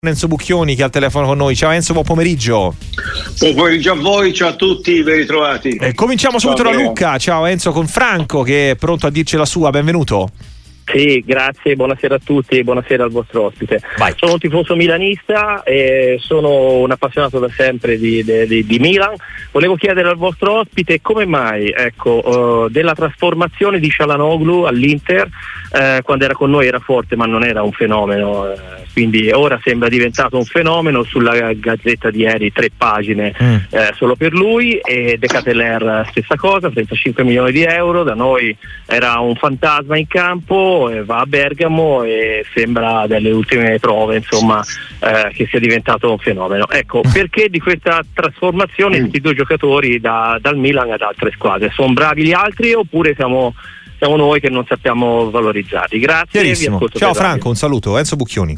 Enzo Bucchioni che è al telefono con noi. Ciao Enzo, buon pomeriggio. Buon pomeriggio a voi, ciao a tutti, ben ritrovati. Cominciamo subito da Lucca. Ciao Enzo, con Franco che è pronto a dirci la sua, benvenuto. Sì, grazie, buonasera a tutti e buonasera al vostro ospite. Vai. Sono un tifoso milanista e sono un appassionato da sempre di Milan. Volevo chiedere al vostro ospite come mai, della trasformazione di Çalhanoğlu all'Inter, quando era con noi era forte ma non era un fenomeno, quindi ora sembra diventato un fenomeno. Sulla Gazzetta di ieri 3 pagine solo per lui, e De Ketelaere stessa cosa, 35 milioni di euro, da noi era un fantasma in campo, va a Bergamo e sembra dalle ultime prove insomma che sia diventato un fenomeno. Ecco, perché di questa trasformazione di questi due giocatori dal Milan ad altre squadre? Sono bravi gli altri oppure siamo noi che non sappiamo valorizzarli? Grazie. Chiarissimo. Ciao Franco, un saluto. Enzo Bucchioni.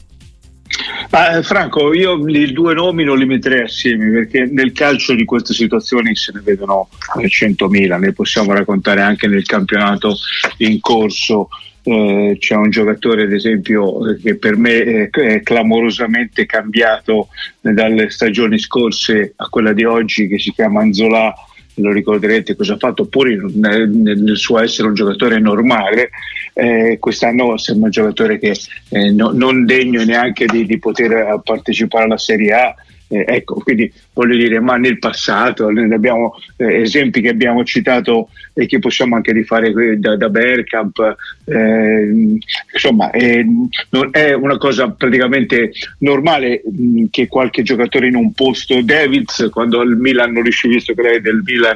Franco, io i due nomi non li metterei assieme, perché nel calcio di queste situazioni se ne vedono 100.000, ne possiamo raccontare anche nel campionato in corso. C'è un giocatore ad esempio che per me è clamorosamente cambiato dalle stagioni scorse a quella di oggi, che si chiama Nzola. Lo ricorderete cosa ha fatto, pure nel suo essere un giocatore normale. Quest'anno sembra un giocatore che non degno neanche di poter partecipare alla Serie A. Ecco, quindi voglio dire, ma nel passato ne abbiamo esempi che abbiamo citato e che possiamo anche rifare da Bergkamp, insomma non è una cosa praticamente normale che qualche giocatore in un posto, Davids quando il Milan non riuscì, visto che lei è del Milan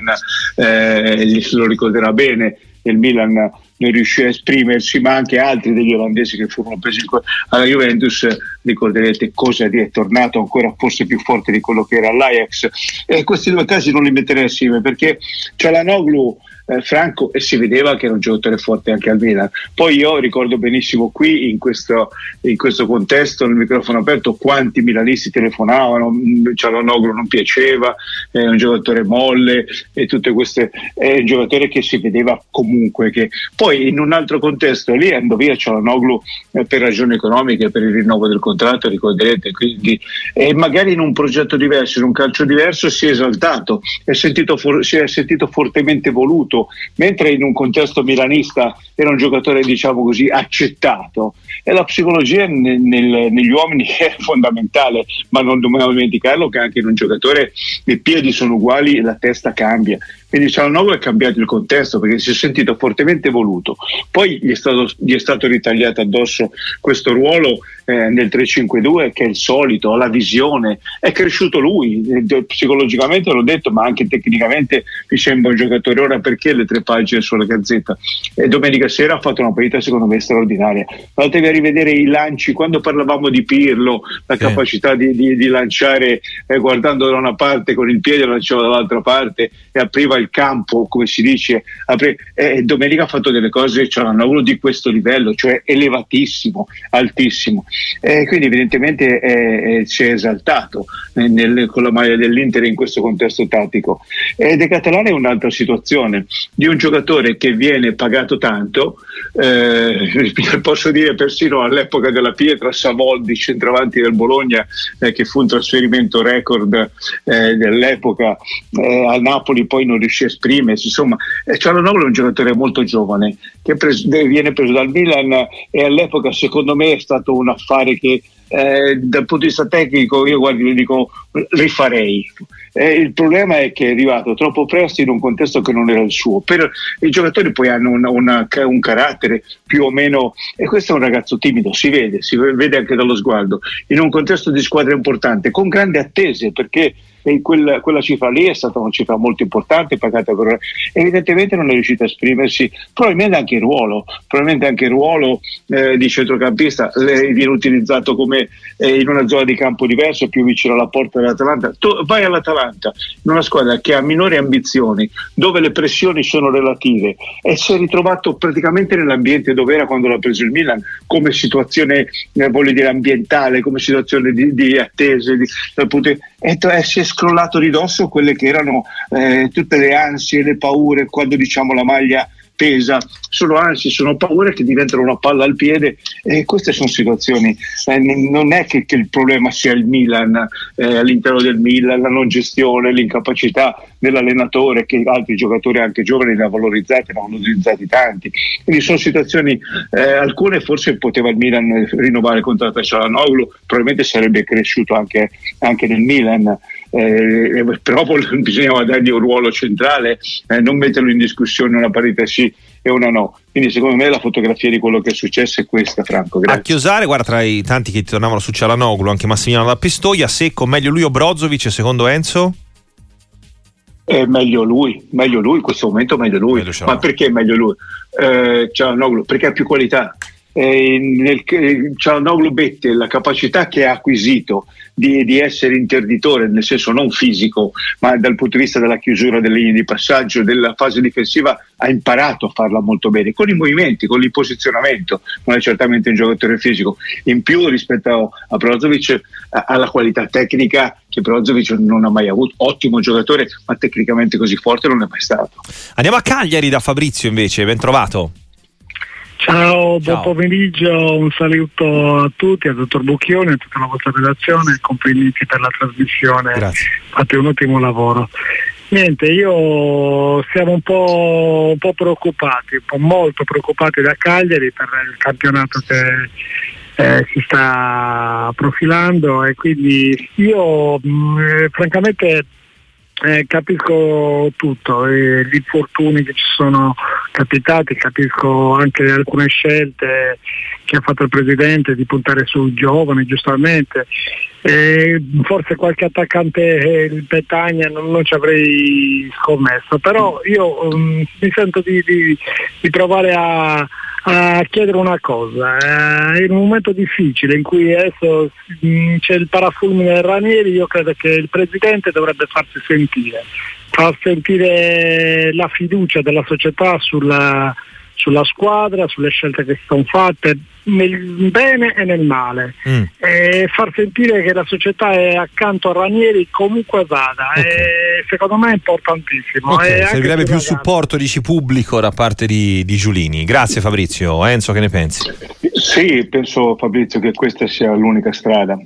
lo ricorderà bene, il Milan non riuscì a esprimersi, ma anche altri degli olandesi che furono presi alla Juventus, ricorderete cosa è tornato ancora forse più forte di quello che era all'Ajax. E questi due casi non li metterei assieme, perché Çalhanoğlu, Franco, e si vedeva che era un giocatore forte anche al Milan. Poi io ricordo benissimo qui in questo contesto, nel microfono aperto, quanti milanisti telefonavano, Çalhanoğlu non piaceva, è un giocatore molle e tutte queste, è un giocatore che si vedeva comunque che poi in un altro contesto lì andò via Çalhanoğlu per ragioni economiche, per il rinnovo del contratto, ricorderete, quindi magari in un progetto diverso, in un calcio diverso si è esaltato, si è sentito fortemente voluto, mentre in un contesto milanista era un giocatore, diciamo così, accettato. E la psicologia negli uomini è fondamentale, ma non dobbiamo dimenticarlo che anche in un giocatore i piedi sono uguali e la testa cambia. Quindi Çalhanoğlu è cambiato il contesto perché si è sentito fortemente voluto. Poi gli è stato ritagliato addosso questo ruolo nel 3-5-2 che è il solito, ha la visione, è cresciuto lui, psicologicamente l'ho detto, ma anche tecnicamente mi sembra un giocatore. Ora perché le 3 pagine sulla Gazzetta? Domenica sera ha fatto una partita secondo me straordinaria. Andatevi a rivedere i lanci, quando parlavamo di Pirlo, la capacità di lanciare guardando da una parte con il piede, lanciava dall'altra parte e apriva il campo, come si dice. Domenica ha fatto delle cose, c'era un lavoro di questo livello, cioè elevatissimo, altissimo, quindi evidentemente si è esaltato con la maglia dell'Inter in questo contesto tattico. De Ketelaere è un'altra situazione di un giocatore che viene pagato tanto, posso dire persino all'epoca della Pietra, Savoldi, centravanti del Bologna, che fu un trasferimento record dell'epoca al Napoli, poi non riuscì a esprimersi. Insomma, Çalhanoğlu è un giocatore molto giovane che viene preso dal Milan e all'epoca secondo me è stato un affare che dal punto di vista tecnico io gli dico rifarei. Il problema è che è arrivato troppo presto in un contesto che non era il suo. Per i giocatori poi hanno un carattere più o meno, e questo è un ragazzo timido, si vede anche dallo sguardo, in un contesto di squadra importante, con grandi attese, perché quella cifra lì è stata una cifra molto importante, pagata evidentemente non è riuscito a esprimersi, probabilmente anche il ruolo di centrocampista viene utilizzato come in una zona di campo diversa, più vicino alla porta dell'Atalanta. Vai all'Atalanta, in una squadra che ha minori ambizioni, dove le pressioni sono relative, e si è ritrovato praticamente nell'ambiente dove era quando l'ha preso il Milan, come situazione voglio dire ambientale, come situazione di attese, si è scrollato di dosso quelle che erano tutte le ansie, le paure quando diciamo la maglia pesa, sono paure che diventano una palla al piede, e queste sono situazioni, non è che il problema sia il Milan, all'interno del Milan, la non gestione, l'incapacità dell'allenatore, che altri giocatori anche giovani ne ha valorizzati tanti, quindi sono situazioni, alcune forse poteva il Milan rinnovare il contratto a Çalhanoğlu, probabilmente sarebbe cresciuto anche nel Milan, però bisognava dargli un ruolo centrale, non metterlo in discussione una partita sì e una no. Quindi secondo me la fotografia di quello che è successo è questa, Franco. Grazie. A chiosare, guarda, tra i tanti che tornavano su Çalhanoğlu, anche Massimiliano da Pistoia, Secco, meglio lui o Brozovic secondo Enzo? Meglio lui, in questo momento meglio lui. Ma perché meglio lui? Çalhanoğlu, perché ha più qualità. Çalhanoğlu Bette, la capacità che ha acquisito di essere interditore, nel senso non fisico, ma dal punto di vista della chiusura delle linee di passaggio, della fase difensiva, ha imparato a farla molto bene, con i movimenti, con il posizionamento. Non è certamente un giocatore fisico. In più, rispetto a Brozovic, ha la qualità tecnica che Brozovic non ha mai avuto. Ottimo giocatore, ma tecnicamente così forte non è mai stato. Andiamo a Cagliari da Fabrizio invece, ben trovato. Ciao, buon pomeriggio, un saluto a tutti, al dottor Bucchione, a tutta la vostra redazione, complimenti per la trasmissione. Grazie. Fate un ottimo lavoro. Niente, siamo un po' preoccupati, molto preoccupati da Cagliari per il campionato che si sta profilando, e quindi io francamente capisco tutto, gli infortuni che ci sono capitati, capisco anche alcune scelte che ha fatto il presidente di puntare sui giovani, giustamente, forse qualche attaccante, il Petagna non ci avrei scommesso, però io mi sento di provare a chiedere una cosa, in un momento difficile in cui adesso c'è il parafulmine Ranieri, io credo che il presidente dovrebbe farsi sentire, far sentire la fiducia della società sulla squadra, sulle scelte che sono fatte nel bene e nel male, e far sentire che la società è accanto a Ranieri comunque vada, okay. Secondo me è importantissimo. Okay. Servirebbe più supporto, dici, pubblico da parte di Giulini. Grazie Fabrizio. Enzo, che ne pensi? Sì, penso, Fabrizio, che questa sia l'unica strada,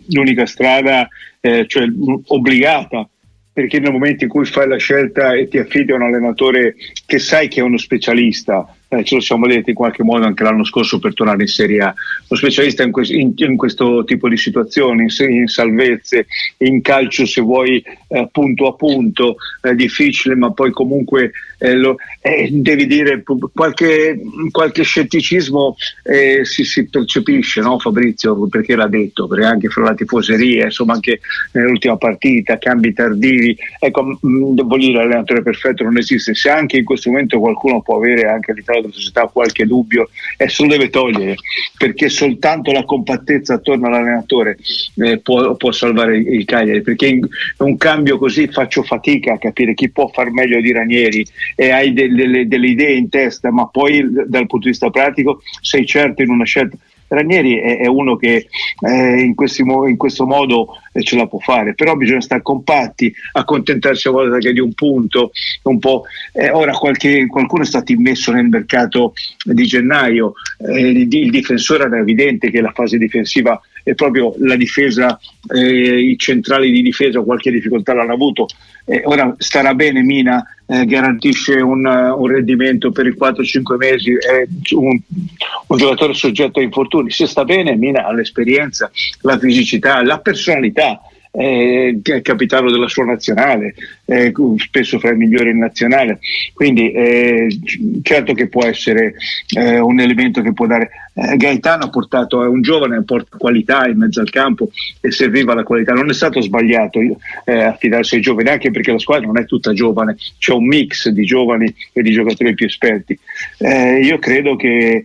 cioè obbligata, perché nel momento in cui fai la scelta e ti affidi a un allenatore che sai che è uno specialista, ce lo siamo detti in qualche modo anche l'anno scorso per tornare in Serie A, lo specialista in questo tipo di situazioni, in salvezze, in calcio se vuoi punto a punto, difficile, ma poi comunque devi dire qualche scetticismo si percepisce, no Fabrizio, perché l'ha detto, perché anche fra la tifoseria, insomma anche nell'ultima partita, cambi tardivi, ecco, devo dire, l'allenatore perfetto non esiste. Se anche in questo momento qualcuno può avere anche all'interno della società qualche dubbio, se lo deve togliere, perché soltanto la compattezza attorno all'allenatore può salvare il Cagliari, perché in un cambio così faccio fatica a capire chi può far meglio di Ranieri, e hai delle idee in testa, ma poi dal punto di vista pratico sei certo in una scelta. Ranieri è uno che in questo modo ce la può fare, però bisogna stare compatti, accontentarsi a volte anche di un punto, un po'. Ora qualcuno è stato immesso nel mercato di gennaio, il difensore era evidente che la fase difensiva è proprio la difesa, i centrali di difesa qualche difficoltà l'hanno avuto, ora starà bene Mina, garantisce un rendimento per i 4-5 mesi, è un giocatore soggetto a infortuni, se sta bene Mina ha l'esperienza, la fisicità, la personalità, che è capitano della sua nazionale, spesso fra i migliori in nazionale, quindi certo che può essere un elemento che può dare. Gaetano ha portato, è un giovane, porta qualità in mezzo al campo e serviva la qualità, non è stato sbagliato affidarsi ai giovani, anche perché la squadra non è tutta giovane, c'è un mix di giovani e di giocatori più esperti. Io credo che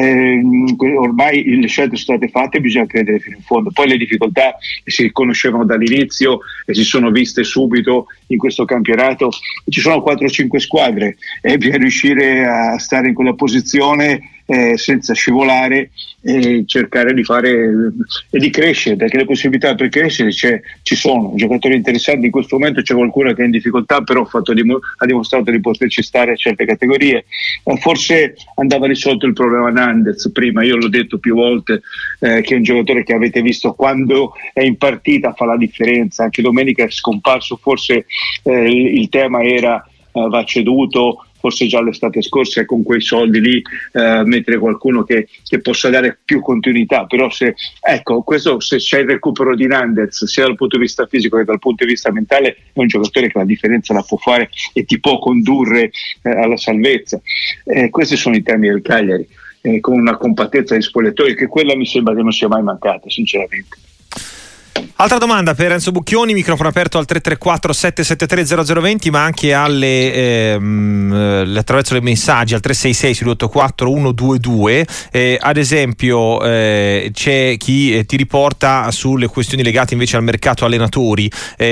ormai le scelte sono state fatte, bisogna credere fino in fondo, poi le difficoltà si conoscevano dall'inizio e si sono viste subito in questo campionato. Ci sono 4-5 squadre e bisogna riuscire a stare in quella posizione senza scivolare, e cercare di fare e di crescere, perché le possibilità per crescere ci sono. Giocatori interessanti in questo momento, c'è qualcuno che è in difficoltà, però ha dimostrato di poterci stare a certe categorie. Forse andava risolto il problema Nandez prima, io l'ho detto più volte, che è un giocatore che avete visto quando è in partita fa la differenza. Anche domenica è scomparso, forse il tema era va ceduto, forse già l'estate scorsa, e con quei soldi lì mettere qualcuno che possa dare più continuità. Però se c'è il recupero di Nandez, sia dal punto di vista fisico che dal punto di vista mentale, è un giocatore che la differenza la può fare e ti può condurre alla salvezza. Questi sono i temi del Cagliari, con una compattezza di spogliatoi, che quella mi sembra che non sia mai mancata, sinceramente. Altra domanda per Enzo Bucchioni, microfono aperto al 334 773 0020, ma anche attraverso i messaggi al 366 684 122. Ad esempio c'è chi ti riporta sulle questioni legate invece al mercato allenatori,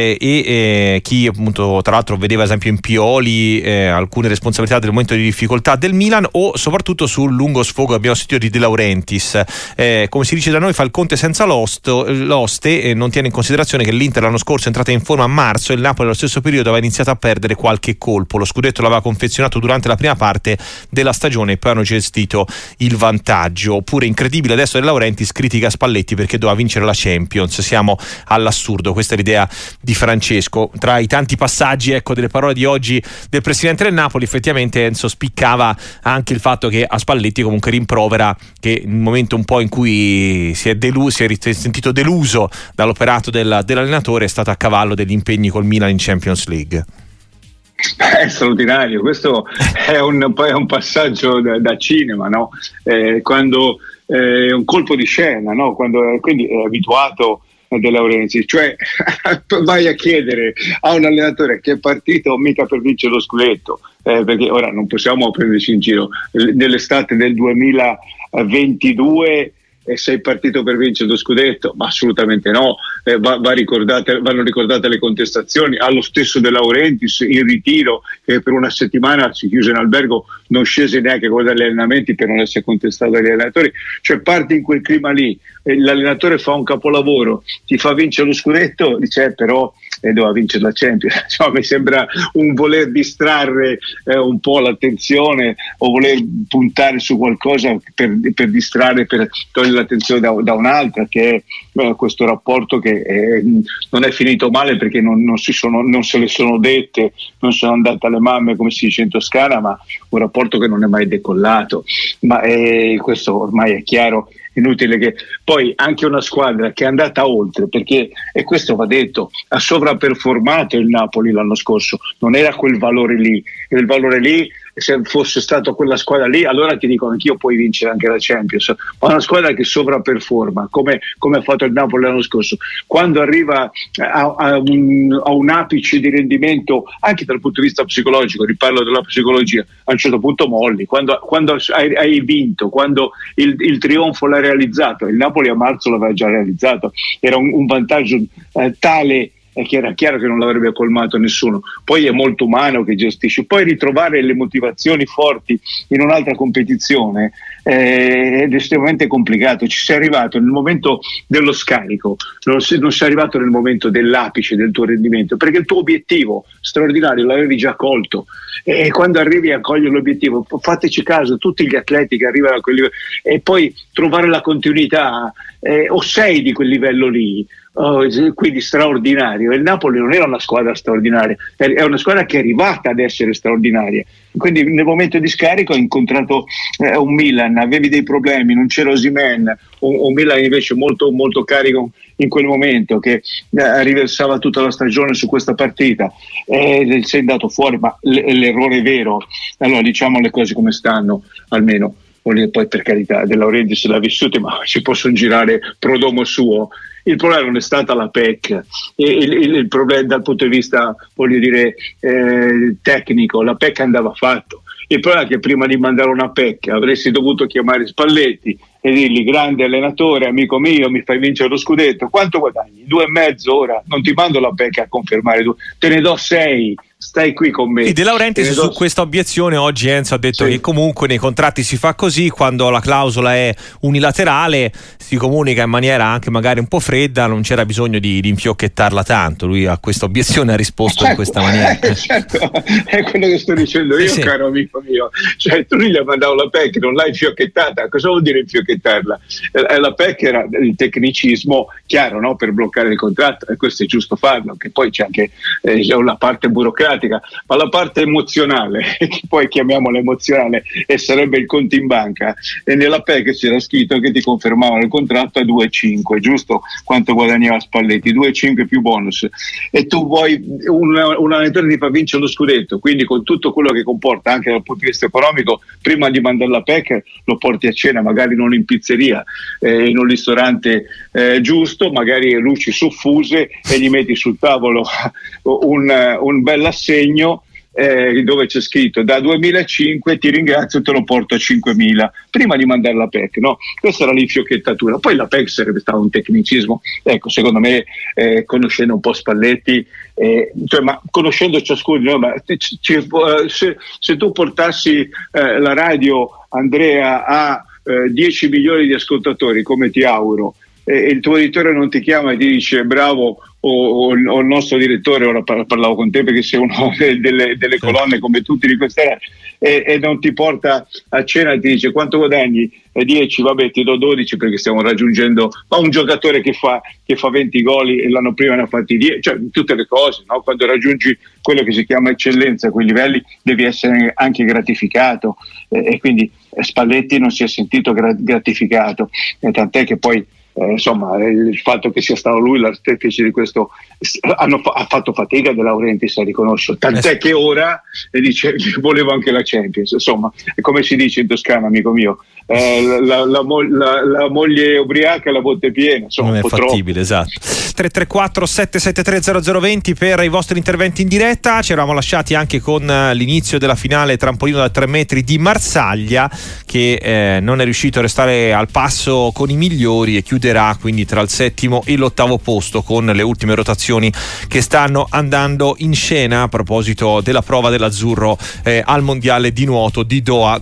e chi appunto tra l'altro vedeva ad esempio in Pioli alcune responsabilità del momento di difficoltà del Milan, o soprattutto sul lungo sfogo abbiamo sentito di De Laurentiis. Come si dice da noi, fa il conte senza l'oste, non tiene in considerazione che l'Inter l'anno scorso è entrata in forma a marzo e il Napoli allo stesso periodo aveva iniziato a perdere qualche colpo. Lo scudetto l'aveva confezionato durante la prima parte della stagione e poi hanno gestito il vantaggio. Oppure incredibile, adesso De Laurentiis critica Spalletti perché doveva vincere la Champions. Siamo all'assurdo. Questa è l'idea di Francesco. Tra i tanti passaggi delle parole di oggi del presidente del Napoli, effettivamente Enzo spiccava anche il fatto che a Spalletti comunque rimprovera che nel momento un po' in cui si è sentito deluso dall'operato dell'allenatore è stato a cavallo degli impegni col Milan in Champions League. È straordinario, questo è un passaggio da cinema, no? Quando è un colpo di scena, no? Quindi è abituato a De Laurentiis, cioè vai a chiedere a un allenatore che è partito mica per vincere lo scudetto, perché ora non possiamo prenderci in giro. Nell'estate del 2022 e sei partito per vincere lo scudetto? Ma assolutamente no. Vanno ricordate le contestazioni allo stesso De Laurentiis in ritiro, che per una settimana si chiuse in albergo, non scese neanche a guardare gli allenamenti per non essere contestato dagli allenatori. Cioè parti in quel clima lì, l'allenatore fa un capolavoro, ti fa vincere lo scudetto, dice però doveva vincere la Champions. Cioè, mi sembra un voler distrarre un po' l'attenzione, o voler puntare su qualcosa per distrarre, per togliere l'attenzione da un'altra, che è questo rapporto che non è finito male, perché non se le sono dette, non sono andate alle mamme, come si dice in Toscana, ma un rapporto che non è mai decollato. Ma questo ormai è chiaro. Inutile che poi anche una squadra che è andata oltre, perché, e questo va detto, ha sovraperformato il Napoli l'anno scorso, non era quel valore lì, il valore lì, se fosse stato quella squadra lì, allora ti dico anch'io puoi vincere anche la Champions, ma una squadra che sovraperforma come ha fatto il Napoli l'anno scorso, quando arriva a un apice di rendimento anche dal punto di vista psicologico, riparlo della psicologia, a un certo punto molli, quando hai vinto, quando il trionfo l'hai realizzato. Il Napoli a marzo l'aveva già realizzato, era un vantaggio tale che era chiaro che non l'avrebbe colmato nessuno. Poi è molto umano che gestisce, poi ritrovare le motivazioni forti in un'altra competizione è estremamente complicato. Ci sei arrivato nel momento dello scarico, non sei arrivato nel momento dell'apice del tuo rendimento, perché il tuo obiettivo straordinario l'avevi già colto, e quando arrivi a cogliere l'obiettivo, fateci caso, tutti gli atleti che arrivano a quel livello, e poi trovare la continuità, o sei di quel livello lì, quindi straordinario. Il Napoli non era una squadra straordinaria, è una squadra che è arrivata ad essere straordinaria. Quindi nel momento di scarico ho incontrato un Milan, avevi dei problemi, non c'era Osimhen, un Milan invece molto, molto carico in quel momento, che riversava tutta la stagione su questa partita, sei andato fuori, ma l'errore è vero. Allora diciamo le cose come stanno, almeno. Poi per carità De Laurentiis l'ha vissuto, ma ci possono girare pro domo suo. Il problema non è stata la PEC, il problema dal punto di vista, voglio dire, tecnico, la PEC andava fatto. Il problema è che prima di mandare una PEC avresti dovuto chiamare Spalletti e dirgli: grande allenatore, amico mio, mi fai vincere lo scudetto, quanto guadagni? 2,5 ora, non ti mando la PEC a confermare, te ne do 6, stai qui con me. E De Laurentiis su questa obiezione oggi Enzo ha detto che comunque nei contratti si fa così, quando la clausola è unilaterale si comunica in maniera anche magari un po' fredda, non c'era bisogno di infiocchettarla tanto. Lui a questa obiezione ha risposto in questa maniera. Certo, è quello che sto dicendo io, caro amico mio, cioè tu gli hai mandato la PEC, non l'hai infiocchettata. Cosa vuol dire infiocchettarla? La PEC era il tecnicismo chiaro, no? Per bloccare il contratto, e questo è giusto farlo, che poi c'è anche la parte burocratica, ma la parte emozionale, che poi chiamiamola emozionale, e sarebbe il conto in banca, e nella PEC c'era scritto che ti confermavano il contratto a 2,5, giusto? Quanto guadagnava Spalletti? 2,5 più bonus, e tu vuoi un allenatore ti fa vincere lo scudetto, quindi con tutto quello che comporta anche dal punto di vista economico, prima di mandare la PEC lo porti a cena, magari non in pizzeria, in un ristorante giusto, magari luci soffuse, e gli metti sul tavolo un bel assegno dove c'è scritto: da 2005 ti ringrazio, te lo porto a 5.000, prima di mandare la PEC, no? Questa era l'infiocchettatura. Poi la PEC sarebbe stato un tecnicismo, ecco, secondo me, conoscendo un po' Spalletti, ma conoscendo ciascuno, ma se tu portassi la radio, Andrea, a 10 milioni di ascoltatori, come ti auguro, e il tuo editore non ti chiama e ti dice bravo, o il nostro direttore, ora parlavo con te perché sei uno delle colonne come tutti di questa era, e non ti porta a cena e ti dice quanto guadagni? 10, vabbè ti do 12 perché stiamo raggiungendo, ma un giocatore che fa 20 gol e l'anno prima ne ha fatti 10, cioè tutte le cose, no? Quando raggiungi quello che si chiama eccellenza a quei livelli devi essere anche gratificato, e quindi Spalletti non si è sentito gratificato, tant'è che poi insomma il fatto che sia stato lui l'artefice di questo ha fatto fatica De Laurentiis a riconoscerlo, tant'è che ora dice volevo anche la Champions, insomma è come si dice in Toscana, amico mio, la moglie ubriaca e la botte piena, insomma, non è fattibile, troppo. esatto. 334 773 0020 per i vostri interventi in diretta. Ci eravamo lasciati anche con l'inizio della finale trampolino da 3 metri di Marsaglia, che non è riuscito a restare al passo con i migliori e chiuderà quindi tra il 7° e l'8° posto con le ultime rotazioni che stanno andando in scena a proposito della prova dell'azzurro al mondiale di nuoto di Doha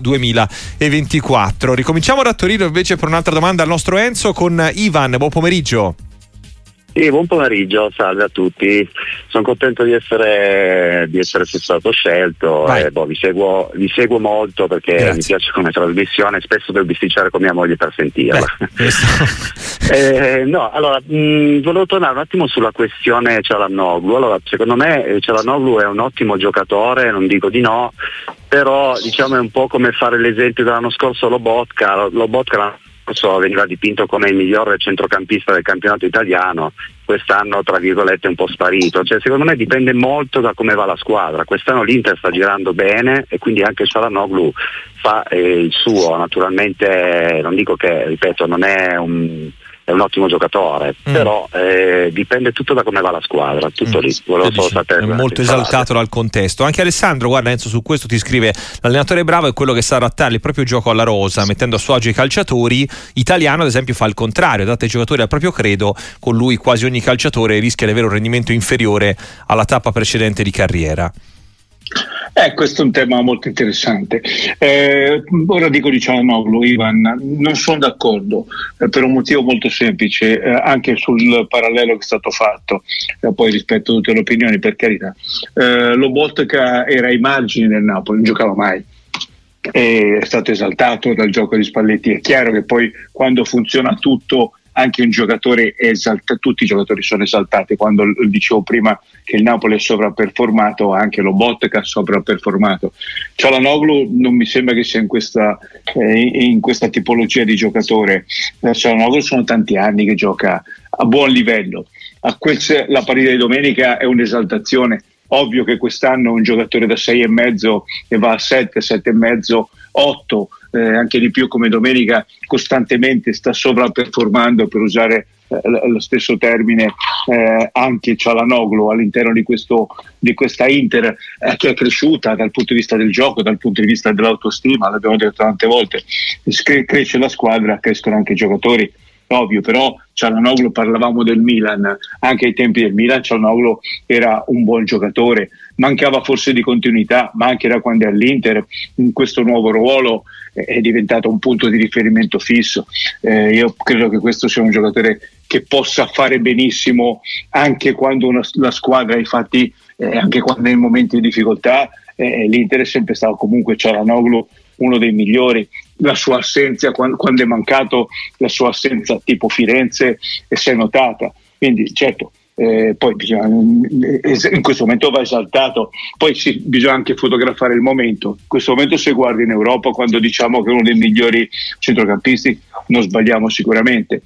2024. Ricominciamo da Torino invece per un'altra domanda al nostro Enzo con Ivan. Buon pomeriggio. Sì, buon pomeriggio, salve a tutti. Sono contento di essere stato scelto. Vi seguo molto perché Grazie. Mi piace come trasmissione, spesso devo bisticciare con mia moglie per sentirla. Volevo tornare un attimo sulla questione Çalhanoğlu. Allora, secondo me Çalhanoğlu è un ottimo giocatore, non dico di no, però diciamo è un po' come fare l'esempio dell'anno scorso Lobotka veniva dipinto come il miglior centrocampista del campionato italiano, quest'anno tra virgolette è un po' sparito, cioè secondo me dipende molto da come va la squadra. Quest'anno l'Inter sta girando bene e quindi anche Çalhanoğlu fa il suo, naturalmente non dico che, ripeto, non è un ottimo giocatore, però dipende tutto da come va la squadra, tutto lì. Volevo solo sapere. È molto esaltato dal contesto. Anche Alessandro, guarda Enzo, su questo ti scrive: l'allenatore bravo è quello che sa adattare il proprio gioco alla rosa, mettendo a suo agio i calciatori. Italiano ad esempio fa il contrario, adatta i giocatori al proprio credo, con lui quasi ogni calciatore rischia di avere un rendimento inferiore alla tappa precedente di carriera. Questo è un tema molto interessante. Ora dico di Çalhanoğlu, Ivan, non sono d'accordo per un motivo molto semplice, anche sul parallelo che è stato fatto, poi rispetto a tutte le opinioni, per carità. Lobotka era ai margini del Napoli, non giocava mai, è stato esaltato dal gioco di Spalletti. È chiaro che poi quando funziona tutto anche un giocatore è tutti i giocatori sono esaltati. Quando dicevo prima che il Napoli è sovrapperformato, anche Lobotka ha sovrapperformato. Çalhanoğlu non mi sembra che sia in questa tipologia di giocatore. Çalhanoğlu sono tanti anni che gioca a buon livello. La partita di domenica è un'esaltazione. Ovvio che quest'anno un giocatore da 6,5 e va a 7, 7,5, 8, anche di più come domenica, costantemente sta sovrapperformando, per usare lo stesso termine anche Çalhanoğlu all'interno di questa Inter che è cresciuta dal punto di vista del gioco, dal punto di vista dell'autostima, l'abbiamo detto tante volte, cresce la squadra, crescono anche i giocatori. Ovvio, però Çalhanoğlu, parlavamo del Milan, anche ai tempi del Milan Çalhanoğlu era un buon giocatore, mancava forse di continuità, ma anche da quando è all'Inter in questo nuovo ruolo è diventato un punto di riferimento fisso. Io credo che questo sia un giocatore che possa fare benissimo anche quando la squadra, infatti anche quando è in momenti di difficoltà, l'Inter è sempre stato comunque Çalhanoğlu uno dei migliori. La sua assenza, quando è mancato, la sua assenza tipo Firenze si è notata, quindi certo poi in questo momento va esaltato, poi bisogna anche fotografare il momento. In questo momento, se guardi in Europa, quando diciamo che è uno dei migliori centrocampisti, non sbagliamo sicuramente.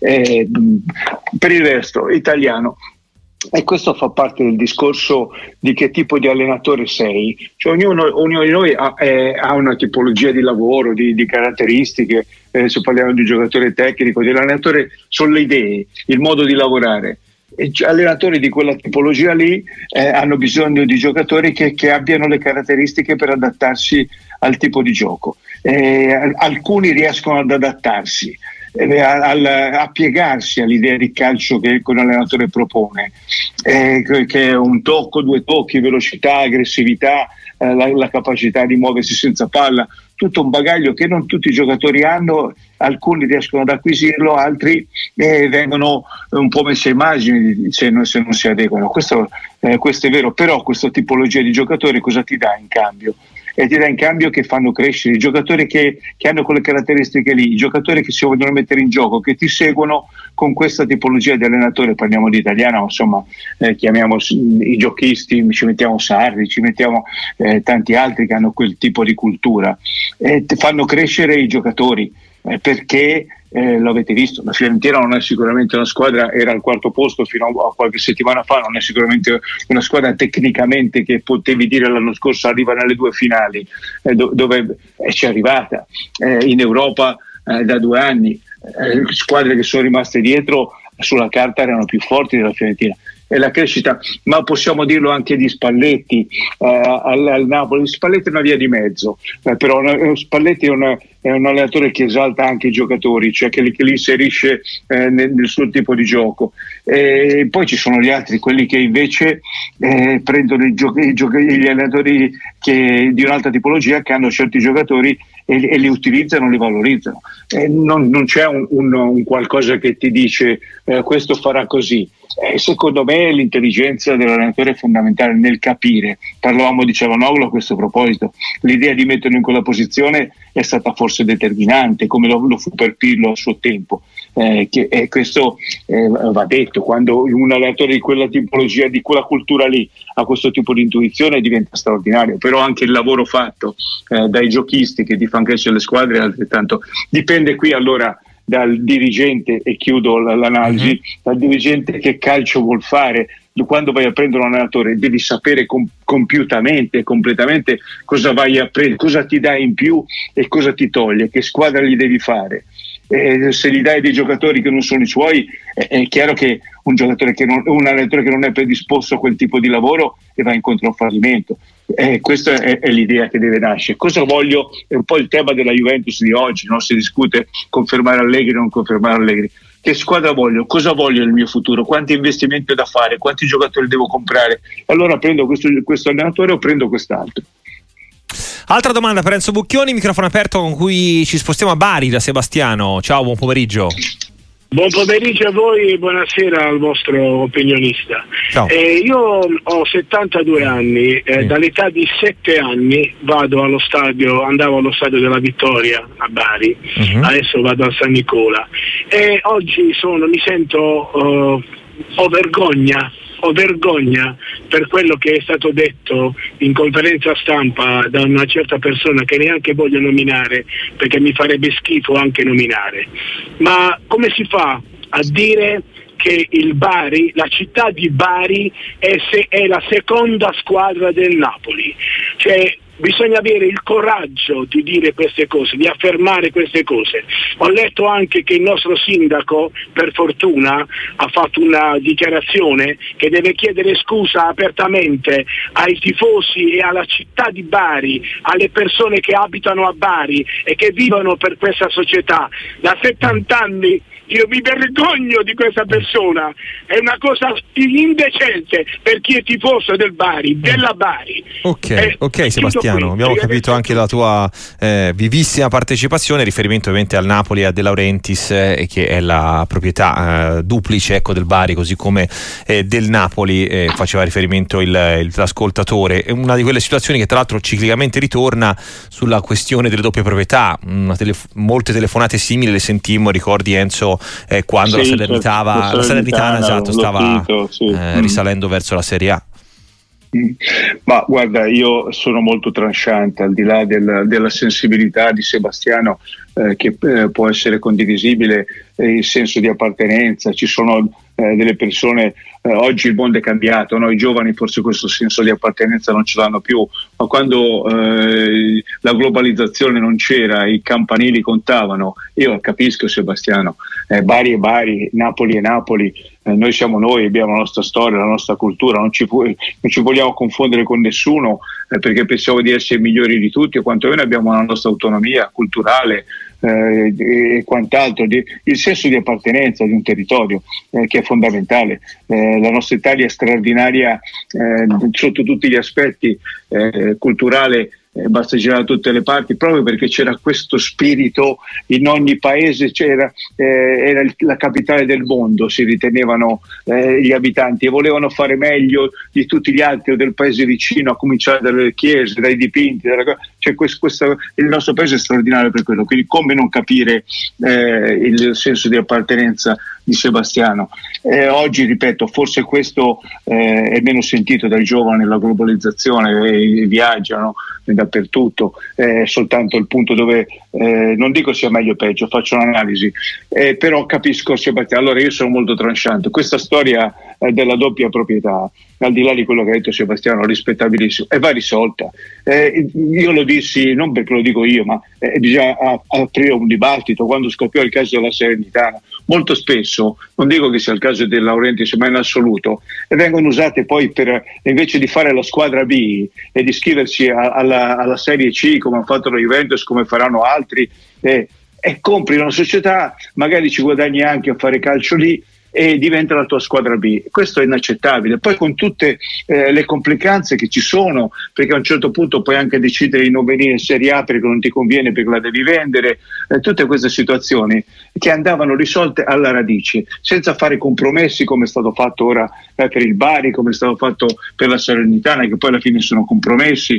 Per il resto italiano, e questo fa parte del discorso di che tipo di allenatore sei, cioè ognuno di noi ha una tipologia di lavoro, di caratteristiche, se parliamo di un giocatore tecnico, di allenatore, sono le idee, il modo di lavorare. E allenatori di quella tipologia lì hanno bisogno di giocatori che abbiano le caratteristiche per adattarsi al tipo di gioco. Alcuni riescono ad adattarsi, a piegarsi all'idea di calcio che un allenatore propone, che è un tocco, 2 tocchi, velocità, aggressività, la capacità di muoversi senza palla, tutto un bagaglio che non tutti i giocatori hanno. Alcuni riescono ad acquisirlo, altri vengono un po' messi ai margini se non si adeguano. Questo è vero, però questa tipologia di giocatori cosa ti dà in cambio? E ti dà in cambio che fanno crescere i giocatori che hanno quelle caratteristiche lì, i giocatori che si vogliono mettere in gioco, che ti seguono con questa tipologia di allenatore. Parliamo di italiano, insomma, chiamiamo i giochisti, ci mettiamo Sarri, ci mettiamo tanti altri che hanno quel tipo di cultura, fanno crescere i giocatori, perché lo avete visto, la Fiorentina non è sicuramente una squadra, era al 4º posto fino a qualche settimana fa, non è sicuramente una squadra tecnicamente che potevi dire l'anno scorso arriva nelle 2 finali, dove ci è arrivata in Europa da 2 anni. Squadre che sono rimaste dietro sulla carta erano più forti della Fiorentina. E la crescita, ma possiamo dirlo anche di Spalletti al Napoli. Spalletti è una via di mezzo, però Spalletti è un allenatore che esalta anche i giocatori, cioè che li inserisce nel suo tipo di gioco. E poi ci sono gli altri, quelli che invece prendono gli allenatori di un'altra tipologia, che hanno certi giocatori e li utilizzano, li valorizzano. Non c'è un qualcosa che ti dice questo farà così. Secondo me l'intelligenza dell'allenatore è fondamentale nel capire. Parlavamo di Çalhanoğlu a questo proposito, l'idea di metterlo in quella posizione è stata forse determinante, come lo fu per Pirlo a suo tempo, questo va detto. Quando un allenatore di quella tipologia, di quella cultura lì, ha questo tipo di intuizione, diventa straordinario. Però anche il lavoro fatto dai giochisti che ti fanno crescere le squadre è altrettanto. Dipende qui allora dal dirigente, e chiudo l'analisi, dal dirigente che calcio vuol fare. Quando vai a prendere un allenatore devi sapere compiutamente, completamente cosa vai a prendere, cosa ti dà in più e cosa ti toglie, che squadra gli devi fare. Se gli dai dei giocatori che non sono i suoi, è chiaro che un allenatore che non è predisposto a quel tipo di lavoro e va incontro a un fallimento. Questa è l'idea che deve nascere. Cosa voglio? È un po' il tema della Juventus di oggi, no? Si discute confermare Allegri o non confermare Allegri. Che squadra voglio? Cosa voglio nel mio futuro? Quanti investimenti ho da fare? Quanti giocatori devo comprare? Allora prendo questo allenatore o prendo quest'altro. Altra domanda per Enzo Bucchioni, microfono aperto, con cui ci spostiamo a Bari da Sebastiano. Ciao, buon pomeriggio. Buon pomeriggio a voi e buonasera al vostro opinionista. Io ho 72 anni, dall'età di 7 anni andavo allo stadio della Vittoria a Bari, adesso vado a San Nicola e oggi mi sento ho vergogna per quello che è stato detto in conferenza stampa da una certa persona che neanche voglio nominare perché mi farebbe schifo anche nominare. Ma come si fa a dire che il Bari, la città di Bari è la seconda squadra del Napoli? Cioè, bisogna avere il coraggio di dire queste cose, di affermare queste cose. Ho letto anche che il nostro sindaco, per fortuna, ha fatto una dichiarazione che deve chiedere scusa apertamente ai tifosi e alla città di Bari, alle persone che abitano a Bari e che vivono per questa società. Da 70 anni io mi vergogno di questa persona, è una cosa indecente per chi è tifoso del Bari, della Bari. Ok Sebastiano, abbiamo capito anche la tua vivissima partecipazione, riferimento ovviamente al Napoli e a De Laurentiis, che è la proprietà duplice, ecco, del Bari così come del Napoli, faceva riferimento l'ascoltatore. È una di quelle situazioni che tra l'altro ciclicamente ritorna sulla questione delle doppie proprietà. Molte telefonate simili le sentimmo, ricordi Enzo, quando la Salernitana esatto, stava risalendo verso la Serie A. Ma guarda, io sono molto tranchante, al di là della sensibilità di Sebastiano, che può essere condivisibile, il senso di appartenenza. Ci sono delle persone, oggi il mondo è cambiato, no? I giovani forse questo senso di appartenenza non ce l'hanno più, ma quando la globalizzazione non c'era, i campanili contavano. Io capisco Sebastiano, Bari è Bari, Napoli è Napoli, noi siamo noi, abbiamo la nostra storia, la nostra cultura, non ci vogliamo confondere con nessuno, perché pensiamo di essere migliori di tutti, o quantomeno abbiamo la nostra autonomia culturale e quant'altro, il senso di appartenenza di un territorio che è fondamentale. La nostra Italia è straordinaria sotto tutti gli aspetti, culturale, basta girare da tutte le parti, proprio perché c'era questo spirito in ogni paese, era la capitale del mondo, si ritenevano gli abitanti, e volevano fare meglio di tutti gli altri o del paese vicino, a cominciare dalle chiese, dai dipinti, il nostro paese è straordinario per quello. Quindi come non capire il senso di appartenenza di Sebastiano? Oggi, ripeto, forse questo è meno sentito dai giovani, la globalizzazione, viaggiano dappertutto, è soltanto il punto dove non dico sia meglio o peggio, faccio un'analisi, però capisco Sebastiano. Allora io sono molto tranchante, questa storia della doppia proprietà, al di là di quello che ha detto Sebastiano, rispettabilissimo, e va risolta. Io lo dissi non perché lo dico io, ma bisogna aprire un dibattito. Quando scoppiò il caso della Salernitana, molto spesso, non dico che sia il caso del Laurentiis, ma in assoluto, vengono usate poi per, invece di fare la squadra B e di iscriversi alla Serie C come ha fatto la Juventus, come faranno altri, e compri una società, magari ci guadagni anche a fare calcio lì e diventa la tua squadra B. Questo è inaccettabile, poi con tutte le complicanze che ci sono, perché a un certo punto puoi anche decidere di non venire in Serie A perché non ti conviene, perché la devi vendere, tutte queste situazioni che andavano risolte alla radice, senza fare compromessi come è stato fatto ora per il Bari, come è stato fatto per la Salernitana, che poi alla fine sono compromessi.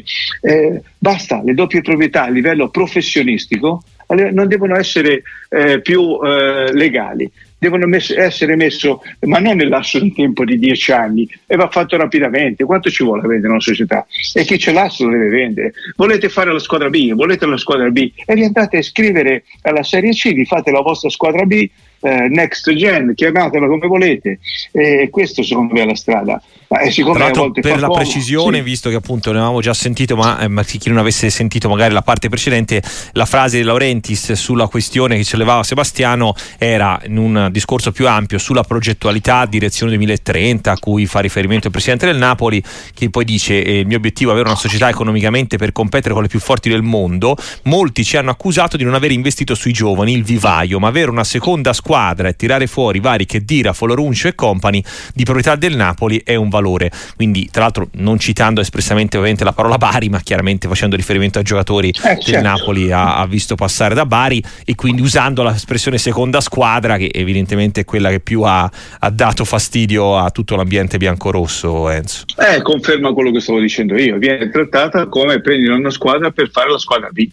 Basta, le doppie proprietà a livello professionistico non devono essere più legali, devono essere messo, ma non nel lasso di tempo di 10 anni, e va fatto rapidamente. Quanto ci vuole a vendere una società? E chi ce l'ha se lo deve vendere. Volete fare la squadra B, volete la squadra B, e vi andate a iscrivere alla Serie C, vi fate la vostra squadra B, next gen, chiamatela come volete, e questo secondo me è la strada. Tra l'altro, per la precisione, sì, visto che appunto ne avevamo già sentito, ma chi non avesse sentito magari la parte precedente, la frase di Laurentiis sulla questione che sollevava Sebastiano era in un discorso più ampio sulla progettualità direzione 2030 a cui fa riferimento il presidente del Napoli, che poi dice il mio obiettivo è avere una società economicamente per competere con le più forti del mondo. Molti ci hanno accusato di non aver investito sui giovani, il vivaio, ma avere una seconda squadra e tirare fuori vari Khedira, Foloruncio e compagni di proprietà del Napoli è un valore. Quindi, tra l'altro, non citando espressamente ovviamente la parola Bari, ma chiaramente facendo riferimento ai giocatori del Napoli ha visto passare da Bari, e quindi usando l'espressione seconda squadra, che evidentemente è quella che più ha dato fastidio a tutto l'ambiente biancorosso. Enzo, conferma quello che stavo dicendo io, viene trattata come prendi una squadra per fare la squadra B,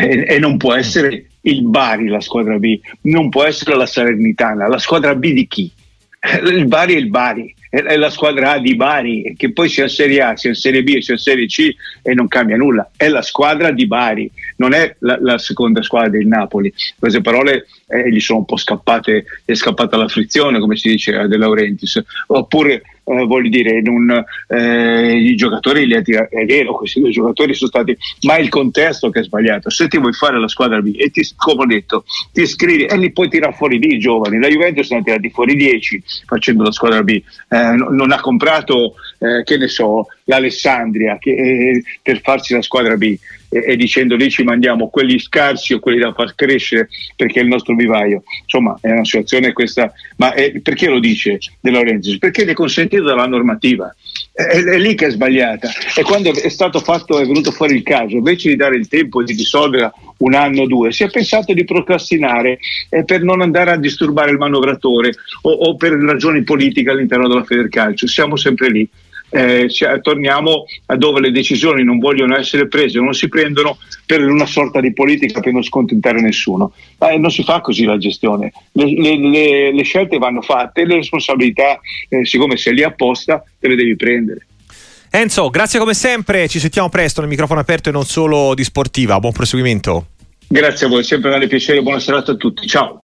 e non può essere il Bari la squadra B, non può essere la Salernitana. La squadra B di chi? Il Bari è il Bari, è la squadra A di Bari, che poi sia in Serie A, sia in Serie B, sia in Serie C, e non cambia nulla. È la squadra di Bari, non è la seconda squadra del Napoli. Queste parole gli sono un po' scappate, è scappata la frizione, come si dice De Laurentiis. Oppure voglio dire, i giocatori è vero, questi due giocatori sono stati, ma è il contesto che è sbagliato. Se ti vuoi fare la squadra B e come ho detto, ti iscrivi e li puoi tirare fuori lì i giovani. La Juventus ne ha tirati fuori 10 facendo la squadra B, non ha comprato che ne so, l'Alessandria per farsi la squadra B e dicendo lì ci mandiamo quelli scarsi o quelli da far crescere perché è il nostro vivaio. Insomma, è una situazione questa, ma perché lo dice De Laurentiis? Perché è consentito dalla normativa, è lì che è sbagliata. E quando è stato fatto, è venuto fuori il caso, invece di dare il tempo di risolvere 1 anno o 2, si è pensato di procrastinare per non andare a disturbare il manovratore o per ragioni politiche all'interno della Federcalcio. Siamo sempre lì. Torniamo a dove le decisioni non vogliono essere prese, non si prendono per una sorta di politica per non scontentare nessuno. Non si fa così la gestione, le scelte vanno fatte e le responsabilità, siccome sei lì apposta, te le devi prendere. Enzo, grazie come sempre, ci sentiamo presto nel microfono aperto e non solo di Sportiva. Buon proseguimento. Grazie a voi, sempre un grande piacere, buona serata a tutti, ciao.